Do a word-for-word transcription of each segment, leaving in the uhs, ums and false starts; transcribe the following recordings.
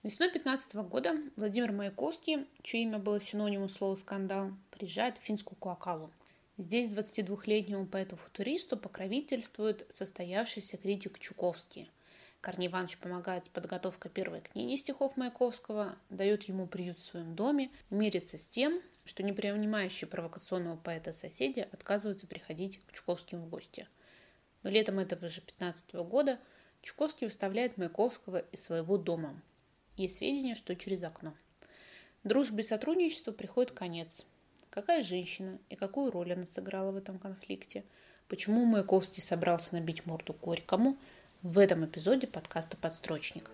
Весной пятнадцатого года Владимир Маяковский, чье имя было синонимом слова «скандал», приезжает в финскую Куоккаву. Здесь двадцатидвухлетнему поэту-футуристу покровительствует состоявшийся критик Чуковский. Корней Иванович помогает с подготовкой первой книги стихов Маяковского, дает ему приют в своем доме, мирится с тем, что не принимающие провокационного поэта соседи отказываются приходить к Чуковским в гости. Но летом этого же пятнадцатого года Чуковский выставляет Маяковского из своего дома. Есть сведения, что через окно. Дружбе и сотрудничеству приходит конец. Какая женщина и какую роль она сыграла в этом конфликте? Почему Маяковский собрался набить морду Горькому? В этом эпизоде подкаста «Подстрочник».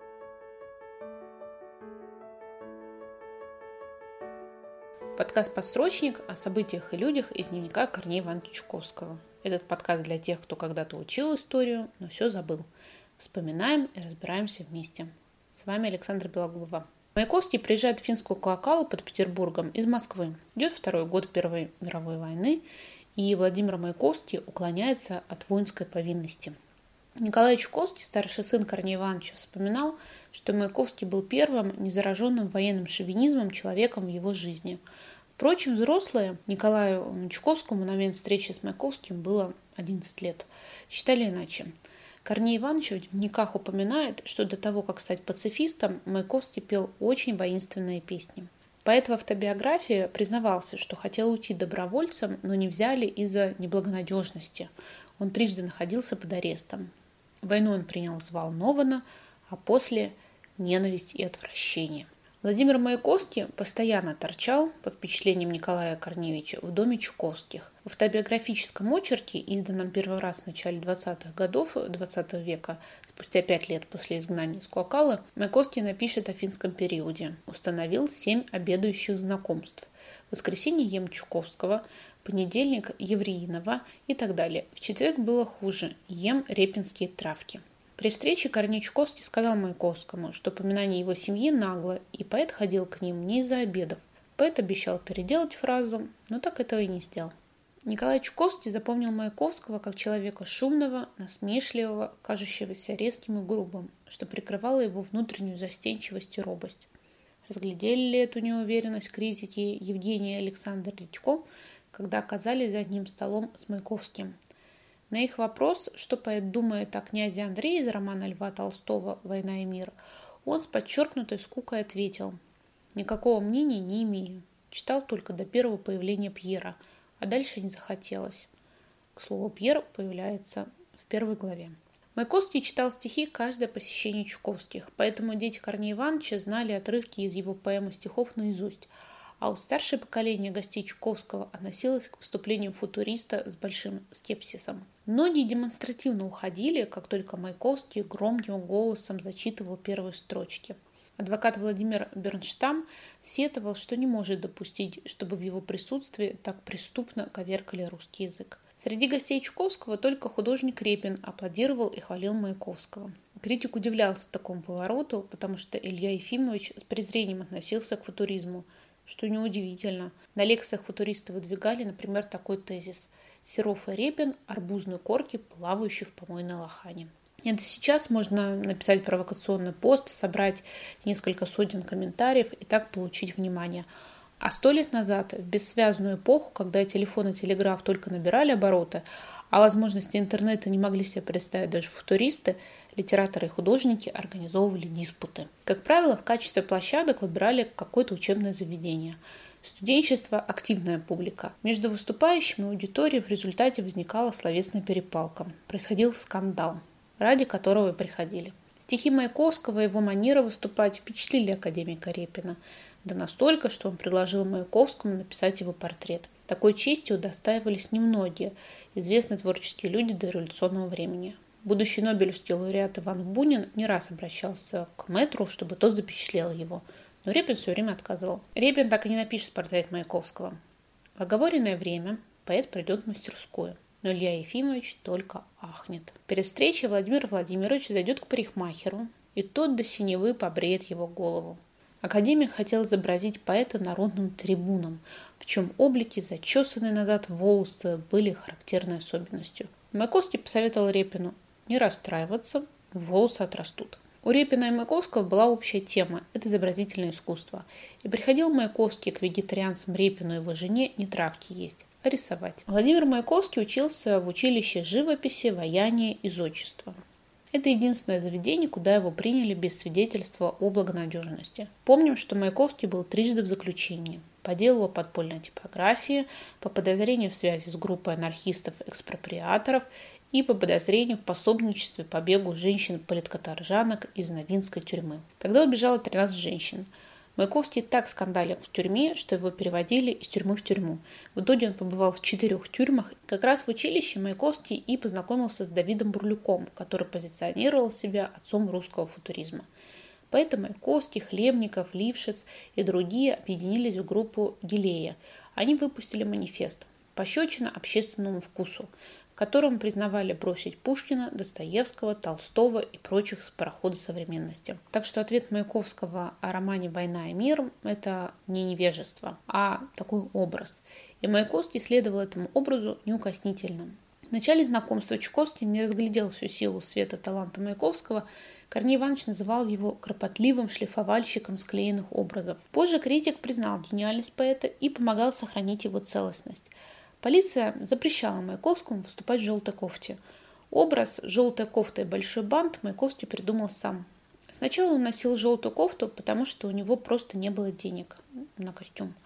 Подкаст «Подстрочник» о событиях и людях из дневника Корнея Ивановича Чуковского. Этот подкаст для тех, кто когда-то учил историю, но все забыл. Вспоминаем и разбираемся вместе. С вами Александра Белогубова. Маяковский приезжает в финскую Куоккаву под Петербургом из Москвы. Идет второй год Первой мировой войны, и Владимир Маяковский уклоняется от воинской повинности. Николай Чуковский, старший сын Корнея Ивановича, вспоминал, что Маяковский был первым незараженным военным шовинизмом человеком в его жизни. Впрочем, взрослые Николаю Чуковскому на момент встречи с Маяковским было одиннадцать лет. Считали иначе. Корней Иванович в дневниках упоминает, что до того, как стать пацифистом, Маяковский пел очень воинственные песни. Поэт в автобиографии признавался, что хотел уйти добровольцем, но не взяли из-за неблагонадежности. Он трижды находился под арестом. Войну он принял взволнованно, а после – ненависть и отвращение. Владимир Маяковский постоянно торчал, по впечатлениям Николая Корнеевича, в доме Чуковских. В автобиографическом очерке, изданном первый раз в начале двадцатых годов двадцатого века, спустя пять лет после изгнания из Куоккавы, Маяковский напишет о финском периоде. Установил семь обедающих знакомств. В воскресенье ем Чуковского, понедельник Евреинова и так далее. В четверг было хуже, ем репинские травки. При встрече Корней Чуковский сказал Маяковскому, что упоминание его семьи нагло, и поэт ходил к ним не из-за обедов. Поэт обещал переделать фразу, но так этого и не сделал. Николай Чуковский запомнил Маяковского как человека шумного, насмешливого, кажущегося резким и грубым, что прикрывало его внутреннюю застенчивость и робость. Разглядели ли эту неуверенность критики Евгений и Александр Редько, когда оказались за одним столом с Маяковским? На их вопрос, что поэт думает о князе Андрее из романа Льва Толстого «Война и мир», он с подчеркнутой скукой ответил: «Никакого мнения не имею. Читал только до первого появления Пьера, а дальше не захотелось». К слову, Пьер появляется в первой главе. Маяковский читал стихи каждое посещение Чуковских, поэтому дети Корнея Ивановича знали отрывки из его поэм и стихов наизусть, а у старшее поколение гостей Чуковского относилось к выступлениям футуриста с большим скепсисом. Многие демонстративно уходили, как только Маяковский громким голосом зачитывал первые строчки. Адвокат Владимир Бернштам сетовал, что не может допустить, чтобы в его присутствии так преступно коверкали русский язык. Среди гостей Чуковского только художник Репин аплодировал и хвалил Маяковского. Критик удивлялся такому повороту, потому что Илья Ефимович с презрением относился к футуризму, что неудивительно. На лекциях футуристы выдвигали, например, такой тезис: «Серов и Репин – арбузной корки, плавающие в помойной лохане». Это сейчас можно написать провокационный пост, собрать несколько сотен комментариев и так получить внимание. А сто лет назад, в бессвязную эпоху, когда телефон и телеграф только набирали обороты, а возможности интернета не могли себе представить даже футуристы, литераторы и художники организовывали диспуты. Как правило, в качестве площадок выбирали какое-то учебное заведение. Студенчество – активная публика. Между выступающими аудиторией в результате возникала словесная перепалка. Происходил скандал, ради которого и приходили. Стихи Маяковского и его манера выступать впечатлили академика Репина. Да настолько, что он предложил Маяковскому написать его портрет. Такой чести удостаивались немногие известные творческие люди дореволюционного времени. Будущий нобелевский лауреат Иван Бунин не раз обращался к мэтру, чтобы тот запечатлел его, но Репин все время отказывал. Репин так и не напишет портрет Маяковского. В оговоренное время поэт придет в мастерскую, но Илья Ефимович только ахнет. Перед встречей Владимир Владимирович зайдет к парикмахеру, и тот до синевы побреет его голову. Академик хотел изобразить поэта народным трибуном, в чем облики, зачесанные назад волосы, были характерной особенностью. Маяковский посоветовал Репину не расстраиваться, волосы отрастут. У Репина и Маяковского была общая тема – это изобразительное искусство. И приходил Маяковский к вегетарианцам Репину и его жене не травки есть, а рисовать. Владимир Маяковский учился в училище живописи, ваяния и зодчества. Это единственное заведение, куда его приняли без свидетельства о благонадежности. Помним, что Маяковский был трижды в заключении. По делу о подпольной типографии, по подозрению в связи с группой анархистов-экспроприаторов и по подозрению в пособничестве побегу женщин-политкоторжанок из Новинской тюрьмы. Тогда убежало тринадцать женщин. Маяковский так скандалил в тюрьме, что его переводили из тюрьмы в тюрьму. В итоге он побывал в четырех тюрьмах. Как раз в училище Маяковский и познакомился с Давидом Бурлюком, который позиционировал себя отцом русского футуризма. Поэтому Маяковский, Хлебников, Лившиц и другие объединились в группу «Гилея». Они выпустили манифест «Пощечина общественному вкусу», в котором признавали бросить Пушкина, Достоевского, Толстого и прочих с парохода современности. Так что ответ Маяковского о романе «Война и мир» – это не невежество, а такой образ. И Маяковский следовал этому образу неукоснительно. В начале знакомства Чуковский не разглядел всю силу света таланта Маяковского. Корней Иванович называл его кропотливым шлифовальщиком склеенных образов. Позже критик признал гениальность поэта и помогал сохранить его целостность. Полиция запрещала Маяковскому выступать в желтой кофте. Образ «желтая кофта и большой бант» Маяковский придумал сам. Сначала он носил желтую кофту, потому что у него просто не было денег на костюм.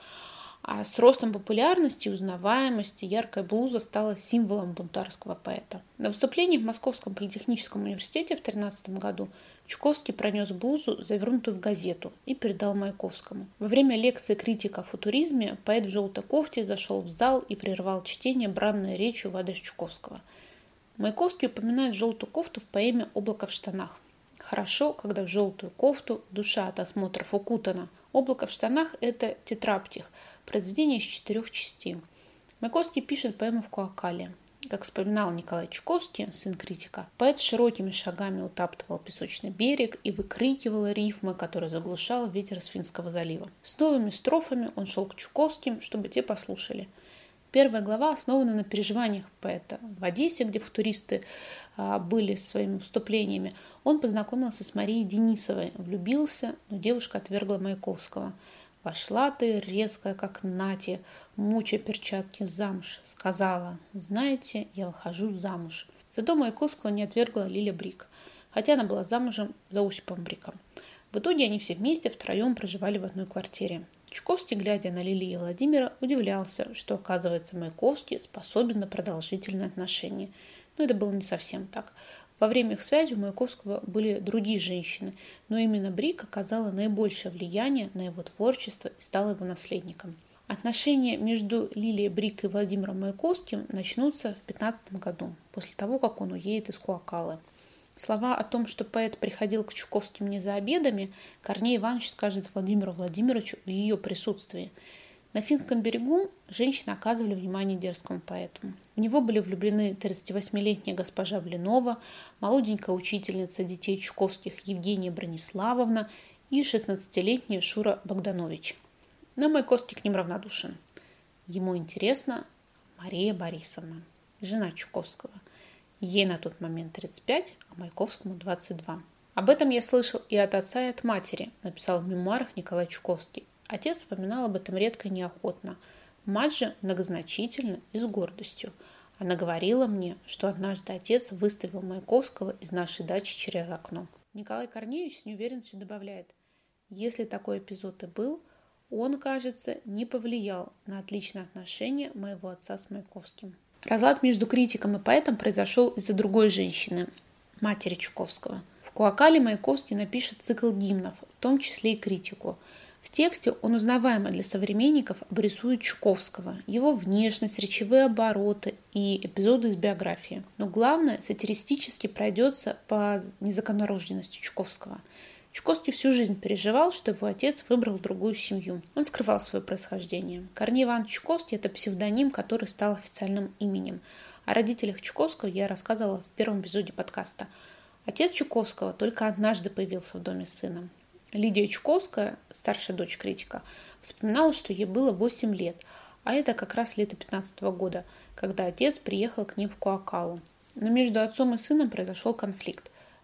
А с ростом популярности и узнаваемости яркая блуза стала символом бунтарского поэта. На выступлении в Московском политехническом университете в тринадцатом году Чуковский пронес блузу, завернутую в газету, и передал Маяковскому. Во время лекции критика о футуризме поэт в желтой кофте зашел в зал и прервал чтение бранной речью в адрес Чуковского. Маяковский упоминает желтую кофту в поэме «Облако в штанах». Хорошо, когда в желтую кофту душа от осмотров укутана. «Облако в штанах» – это тетраптих, произведение из четырех частей. Маяковский пишет поэму в Куакале. Как вспоминал Николай Чуковский, сын критика, поэт широкими шагами утаптывал песочный берег и выкрикивал рифмы, которые заглушал ветер с Финского залива. С новыми строфами он шел к Чуковским, чтобы те послушали. Первая глава основана на переживаниях поэта. В Одессе, где футуристы а, были с своими выступлениями, он познакомился с Марией Денисовой, влюбился, но девушка отвергла Маяковского. «Вошла ты, резкая, как нати, муча перчатки замуж», сказала: «Знаете, я выхожу замуж». Зато Маяковского не отвергла Лиля Брик, хотя она была замужем за Осипом Бриком. В итоге они все вместе втроем проживали в одной квартире. Чуковский, глядя на Лилию и Владимира, удивлялся, что, оказывается, Маяковский способен на продолжительные отношения. Но это было не совсем так. Во время их связи у Маяковского были другие женщины, но именно Брик оказала наибольшее влияние на его творчество и стала его наследником. Отношения между Лилией Брик и Владимиром Маяковским начнутся в пятнадцатом году, после того, как он уедет из Куакалы. Слова о том, что поэт приходил к Чуковским не за обедами, Корней Иванович скажет Владимиру Владимировичу в ее присутствии. На Финском берегу женщины оказывали внимание дерзкому поэту. В него были влюблены тридцативосьмилетняя госпожа Блинова, молоденькая учительница детей Чуковских Евгения Брониславовна и шестнадцатилетняя Шура Богданович. Но Маяковский к ним равнодушен. Ему интересна Мария Борисовна, жена Чуковского. Ей на тот момент тридцать пять, а Маяковскому двадцать два. Об этом я слышал и от отца, и от матери, написал в мемуарах Николай Чуковский. Отец вспоминал об этом редко и неохотно. Мать же многозначительно и с гордостью. Она говорила мне, что однажды отец выставил Маяковского из нашей дачи через окно. Николай Корнеевич с неуверенностью добавляет: если такой эпизод и был, он, кажется, не повлиял на отличные отношения моего отца с Маяковским. Разлад между критиком и поэтом произошел из-за другой женщины, матери Чуковского. В Куакале Маяковский напишет цикл гимнов, в том числе и критику. В тексте он узнаваемо для современников обрисует Чуковского, его внешность, речевые обороты и эпизоды из биографии. Но главное, сатиристически пройдется по незаконнорожденности Чуковского. Чуковский всю жизнь переживал, что его отец выбрал другую семью. Он скрывал свое происхождение. Корней Иванович Чуковский – это псевдоним, который стал официальным именем. О родителях Чуковского я рассказывала в первом эпизоде подкаста. Отец Чуковского только однажды появился в доме с сыном. Лидия Чуковская, старшая дочь критика, вспоминала, что ей было восемь лет, а это как раз лето пятнадцатого года, когда отец приехал к ним в Куакалу. Но между отцом и сыном произошел конфликт.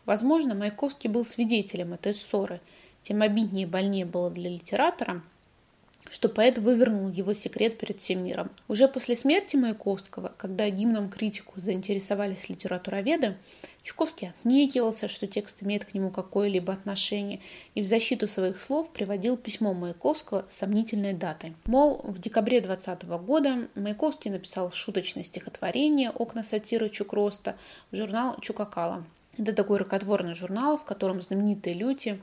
Возможно, Маяковский был свидетелем этой ссоры, тем обиднее и больнее было для литератора, что поэт вывернул его секрет перед всем миром. Уже после смерти Маяковского, когда гимном критику заинтересовались литературоведы, Чуковский отнекивался, что текст имеет к нему какое-либо отношение, и в защиту своих слов приводил письмо Маяковского с сомнительной датой. Мол, в декабре двадцатого года Маяковский написал шуточное стихотворение «Окна сатиры Чукроста» в журнал «Чукакала». Это такой рукотворный журнал, в котором знаменитые люди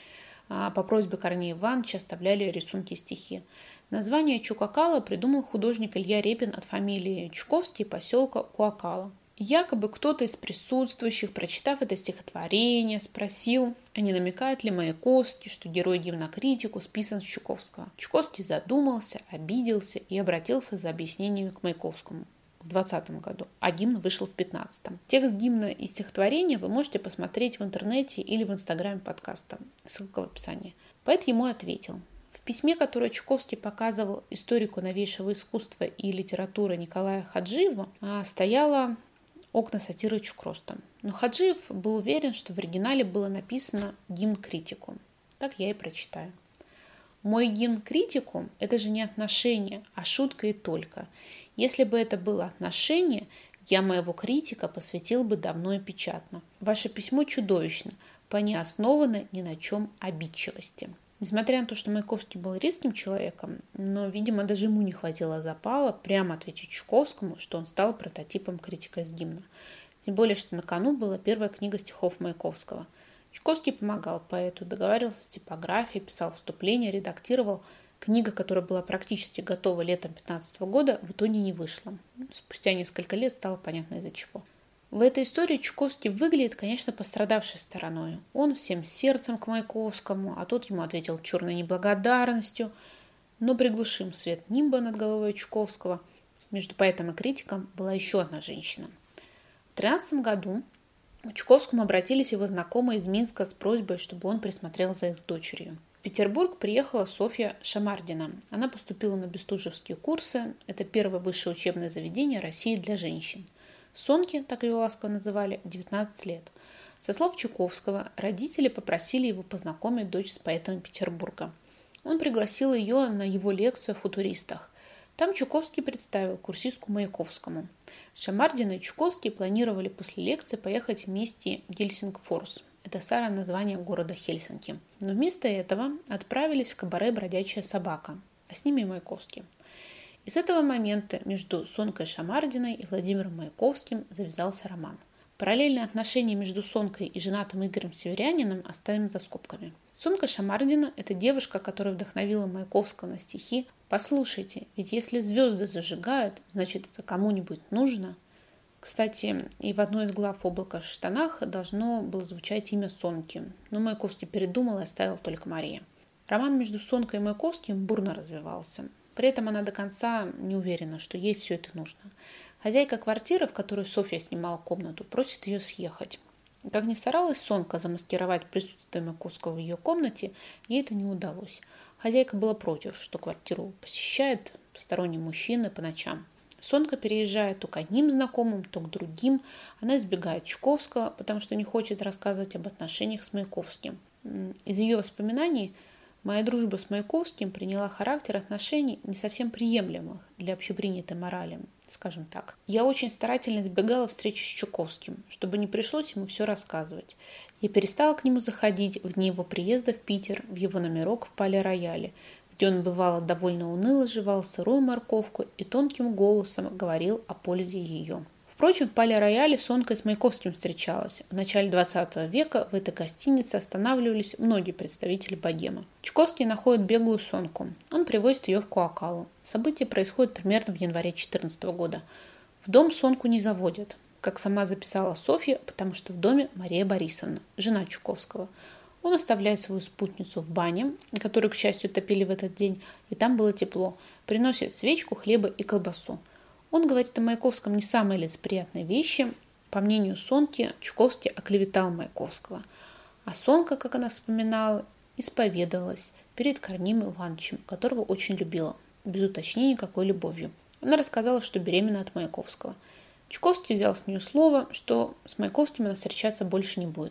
по просьбе Корнея Ивановича оставляли рисунки и стихи. Название Чукакала придумал художник Илья Репин от фамилии Чуковский поселка Куакала. Якобы кто-то из присутствующих, прочитав это стихотворение, спросил, а не намекает ли Маяковский, что герой гимна критику списан с Чуковского. Чуковский задумался, обиделся и обратился за объяснениями к Маяковскому в двадцатом году, а гимн вышел в пятнадцатом. Текст гимна и стихотворения вы можете посмотреть в интернете или в инстаграме подкаста. Ссылка в описании. Поэт ему ответил. В письме, которое Чуковский показывал историку новейшего искусства и литературы Николаю Хаджиеву, стояло «Окна сатиры Чукроста». Но Хаджиев был уверен, что в оригинале было написано «Гимн критику». Так я и прочитаю. «Мой гимн критику – это же не отношение, а шутка и только. Если бы это было отношение, я моего критика посвятил бы давно и печатно. Ваше письмо чудовищно, по неоснованной ни на чем обидчивости». Несмотря на то, что Маяковский был резким человеком, но, видимо, даже ему не хватило запала прямо ответить Чуковскому, что он стал прототипом критика из гимна. Тем более, что на кону была первая книга стихов Маяковского. Чуковский помогал поэту, договаривался с типографией, писал вступления, редактировал. Книга, которая была практически готова летом пятнадцатого года, в итоге не вышла. Спустя несколько лет стало понятно из-за чего. В этой истории Чуковский выглядит, конечно, пострадавшей стороной. Он всем сердцем к Маяковскому, а тот ему ответил черной неблагодарностью. Но приглушим свет нимба над головой Чуковского. Между поэтом и критиком была еще одна женщина. В две тысячи тринадцатом году к Чуковскому обратились его знакомые из Минска с просьбой, чтобы он присмотрел за их дочерью. В Петербург приехала Софья Шамардина. Она поступила на бестужевские курсы. Это первое высшее учебное заведение России для женщин. Соньке, так ее ласково называли, девятнадцать лет. Со слов Чуковского, родители попросили его познакомить дочь с поэтом Петербурга. Он пригласил ее на его лекцию о футуристах. Там Чуковский представил курсистку Маяковскому. Шамардина и Чуковский планировали после лекции поехать вместе в Гельсингфорс. Это старое название города Хельсинки. Но вместо этого отправились в кабаре «Бродячая собака», а с ними и Маяковский. И с этого момента между Сонькой Шамардиной и Владимиром Маяковским завязался роман. Параллельные отношения между Сонькой и женатым Игорем Северяниным оставим за скобками. Сонька Шамардина – это девушка, которая вдохновила Маяковского на стихи «Послушайте, ведь если звезды зажигают, значит это кому-нибудь нужно». Кстати, и в одной из глав «Облако в штанах» должно было звучать имя Соньки, но Маяковский передумал и оставил только Мария. Роман между Сонькой и Маяковским бурно развивался. При этом она до конца не уверена, что ей все это нужно. Хозяйка квартиры, в которой Софья снимала комнату, просит ее съехать. Как ни старалась Сонька замаскировать присутствие Маяковского в ее комнате, ей это не удалось. Хозяйка была против, что квартиру посещает посторонний мужчина по ночам. Сонька переезжает то к одним знакомым, то к другим. Она избегает Чуковского, потому что не хочет рассказывать об отношениях с Маяковским. Из ее воспоминаний моя дружба с Маяковским приняла характер отношений не совсем приемлемых для общепринятой морали, скажем так. Я очень старательно избегала встречи с Чуковским, чтобы не пришлось ему все рассказывать. Я перестала к нему заходить в дни его приезда в Питер, в его номерок в Пале-Рояле, где он бывало довольно уныло жевал сырую морковку и тонким голосом говорил о пользе ее. Впрочем, в Пале-Рояле Сонька с Маяковским встречалась. В начале двадцатого века в этой гостинице останавливались многие представители богемы. Чуковский находит беглую Соньку. Он привозит ее в Куакалу. События происходят примерно в январе две тысячи четырнадцатого года. В дом Соньку не заводят, как сама записала Софья, потому что в доме Мария Борисовна, жена Чуковского. Он оставляет свою спутницу в бане, которую, к счастью, топили в этот день, и там было тепло, приносит свечку, хлеба и колбасу. Он говорит о Маяковском не самые лицеприятные вещи. По мнению Соньки, Чуковский оклеветал Маяковского. А Сонька, как она вспоминала, исповедовалась перед Корнеем Ивановичем, которого очень любила, без уточнений какой любовью. Она рассказала, что беременна от Маяковского. Чуковский взял с нее слово, что с Маяковским она встречаться больше не будет.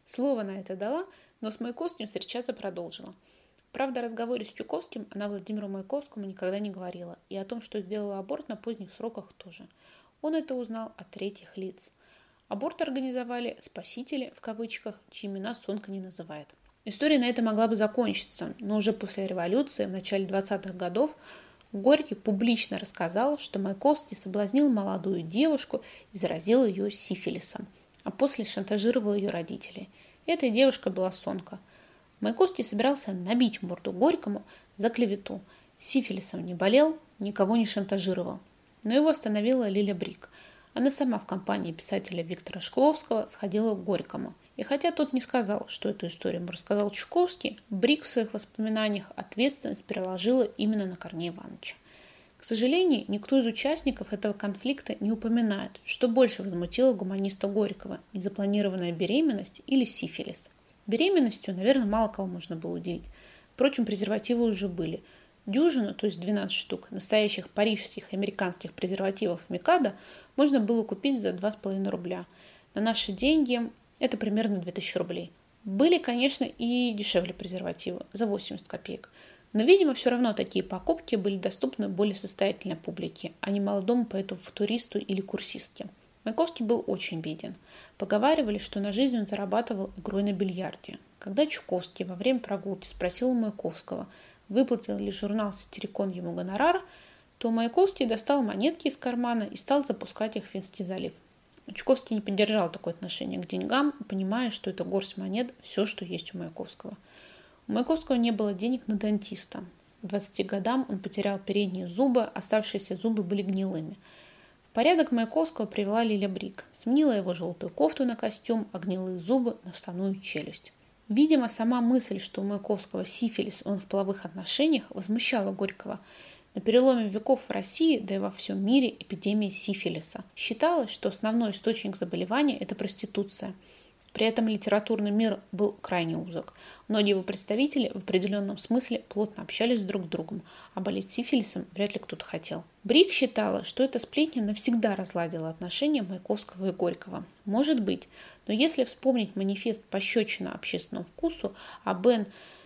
Слово на это дала, но с Маяковским встречаться продолжила. Правда, о разговоре с Чуковским она Владимиру Маяковскому никогда не говорила, и о том, что сделала аборт на поздних сроках тоже. Он это узнал от третьих лиц. Аборт организовали «спасители», в кавычках, чьи имена Сонка не называет. История на этом могла бы закончиться, но уже после революции, в начале двадцатых годов, Горький публично рассказал, что Маяковский соблазнил молодую девушку и заразил ее сифилисом, а после шантажировал ее родителей. Этой девушкой была Сонка. Маяковский собирался набить морду Горькому за клевету. Сифилисом не болел, никого не шантажировал. Но его остановила Лиля Брик. Она сама в компании писателя Виктора Шкловского сходила к Горькому. И хотя тот не сказал, что эту историю ему рассказал Чуковский, Брик в своих воспоминаниях ответственность переложила именно на Корнея Ивановича. К сожалению, никто из участников этого конфликта не упоминает, что больше возмутило гуманиста Горького – незапланированная беременность или сифилис. Беременностью, наверное, мало кого можно было удивить. Впрочем, презервативы уже были. Дюжину, то есть двенадцать штук, настоящих парижских и американских презервативов Микадо можно было купить за два с половиной рубля. На наши деньги это примерно две тысячи рублей. Были, конечно, и дешевле презервативы, за восемьдесят копеек. Но, видимо, все равно такие покупки были доступны более состоятельной публике, а не молодому поэту-футуристу или курсистке. Маяковский был очень беден. Поговаривали, что на жизнь он зарабатывал игрой на бильярде. Когда Чуковский во время прогулки спросил у Маяковского, выплатил ли журнал «Сатирикон» ему гонорар, то Маяковский достал монетки из кармана и стал запускать их в Финский залив. Чуковский не поддержал такое отношение к деньгам, понимая, что это горсть монет – все, что есть у Маяковского. У Маяковского не было денег на дантиста. К двадцати годам он потерял передние зубы, оставшиеся зубы были гнилыми. В порядок Маяковского привела Лиля Брик, сменила его желтую кофту на костюм, а гнилые зубы на вставную челюсть. Видимо, сама мысль, что у Маяковского сифилис, он в половых отношениях, возмущала Горького. На переломе веков в России, да и во всем мире, эпидемия сифилиса. Считалось, что основной источник заболевания – это проституция. При этом литературный мир был крайне узок. Многие его представители в определенном смысле плотно общались друг с другом, а болеть сифилисом вряд ли кто-то хотел. Брик считала, что эта сплетня навсегда разладила отношения Маяковского и Горького. Может быть, но если вспомнить манифест «Пощечина общественному вкусу», а Бен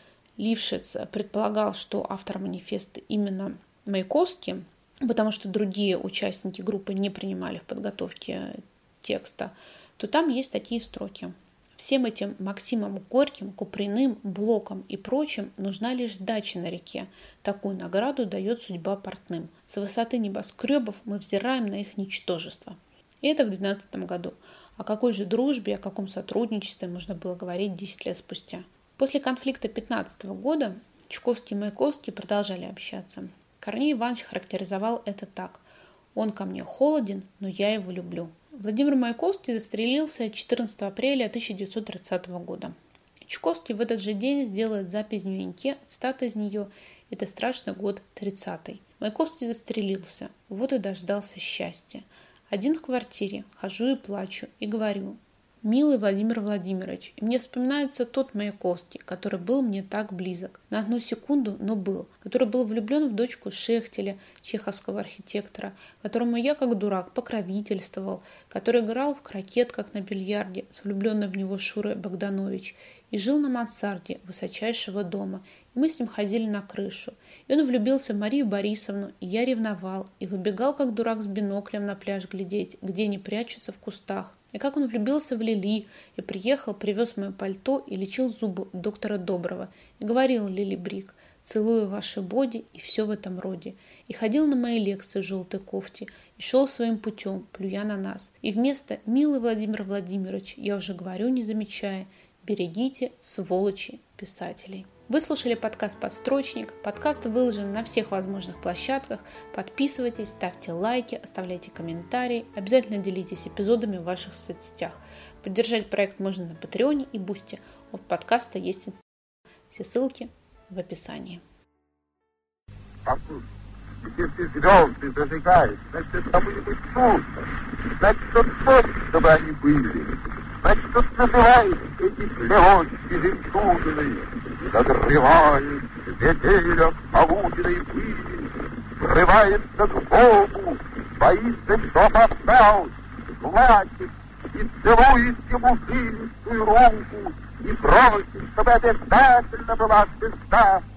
Лившиц предполагал, что автор манифеста именно Маяковский, потому что другие участники группы не принимали в подготовке текста, то там есть такие строки. Всем этим Максимам Горьким, Куприным, Блоком и прочим нужна лишь дача на реке. Такую награду дает судьба портным. С высоты небоскребов мы взираем на их ничтожество. И это в двенадцатом году. О какой же дружбе, о каком сотрудничестве можно было говорить десять лет спустя. После конфликта пятнадцатого года Чуковский и Маяковский продолжали общаться. Корней Иванович характеризовал это так. «Он ко мне холоден, но я его люблю». Владимир Маяковский застрелился четырнадцатого апреля тысяча девятьсот тридцатого года. Чуковский в этот же день сделает запись в дневнике, цитата из нее «Это страшный год тридцатый». Маяковский застрелился, вот и дождался счастья. Один в квартире, хожу и плачу, и говорю: «Милый Владимир Владимирович, и мне вспоминается тот Маяковский, который был мне так близок, на одну секунду, но был, который был влюблен в дочку Шехтеля, чеховского архитектора, которому я, как дурак, покровительствовал, который играл в крокет, как на бильярде, с влюбленной в него Шурой Богданович, и жил на мансарде высочайшего дома, и мы с ним ходили на крышу. И он влюбился в Марию Борисовну, и я ревновал, и выбегал, как дурак, с биноклем на пляж глядеть, где они прячутся в кустах. И как он влюбился в Лили, и приехал, привез мое пальто и лечил зубы у доктора Доброго. И говорил Лили Брик: «Целую ваши боди» и все в этом роде. И ходил на мои лекции в желтой кофте, и шел своим путем, плюя на нас. И вместо «Милый Владимир Владимирович» я уже говорю, не замечая: «Берегите, сволочи, писателей». Вы слушали подкаст «Подстрочник». Подкаст выложен на всех возможных площадках. Подписывайтесь, ставьте лайки, оставляйте комментарии. Обязательно делитесь эпизодами в ваших соцсетях. Поддержать проект можно на Патреоне и Бусти. От подкаста есть Инстаграм. Все ссылки в описании. Если ты звезды зажигаешь, значит, это кому-нибудь нужно. Значит, тот способ, чтобы они были. Значит, тот называет эти клевочки жемчужины и надрывает ветеля полуденной пыли, срывается к Богу, боится, что попал, плачет, и целует ему жилистую руку, и просит, чтобы обязательно была звезда,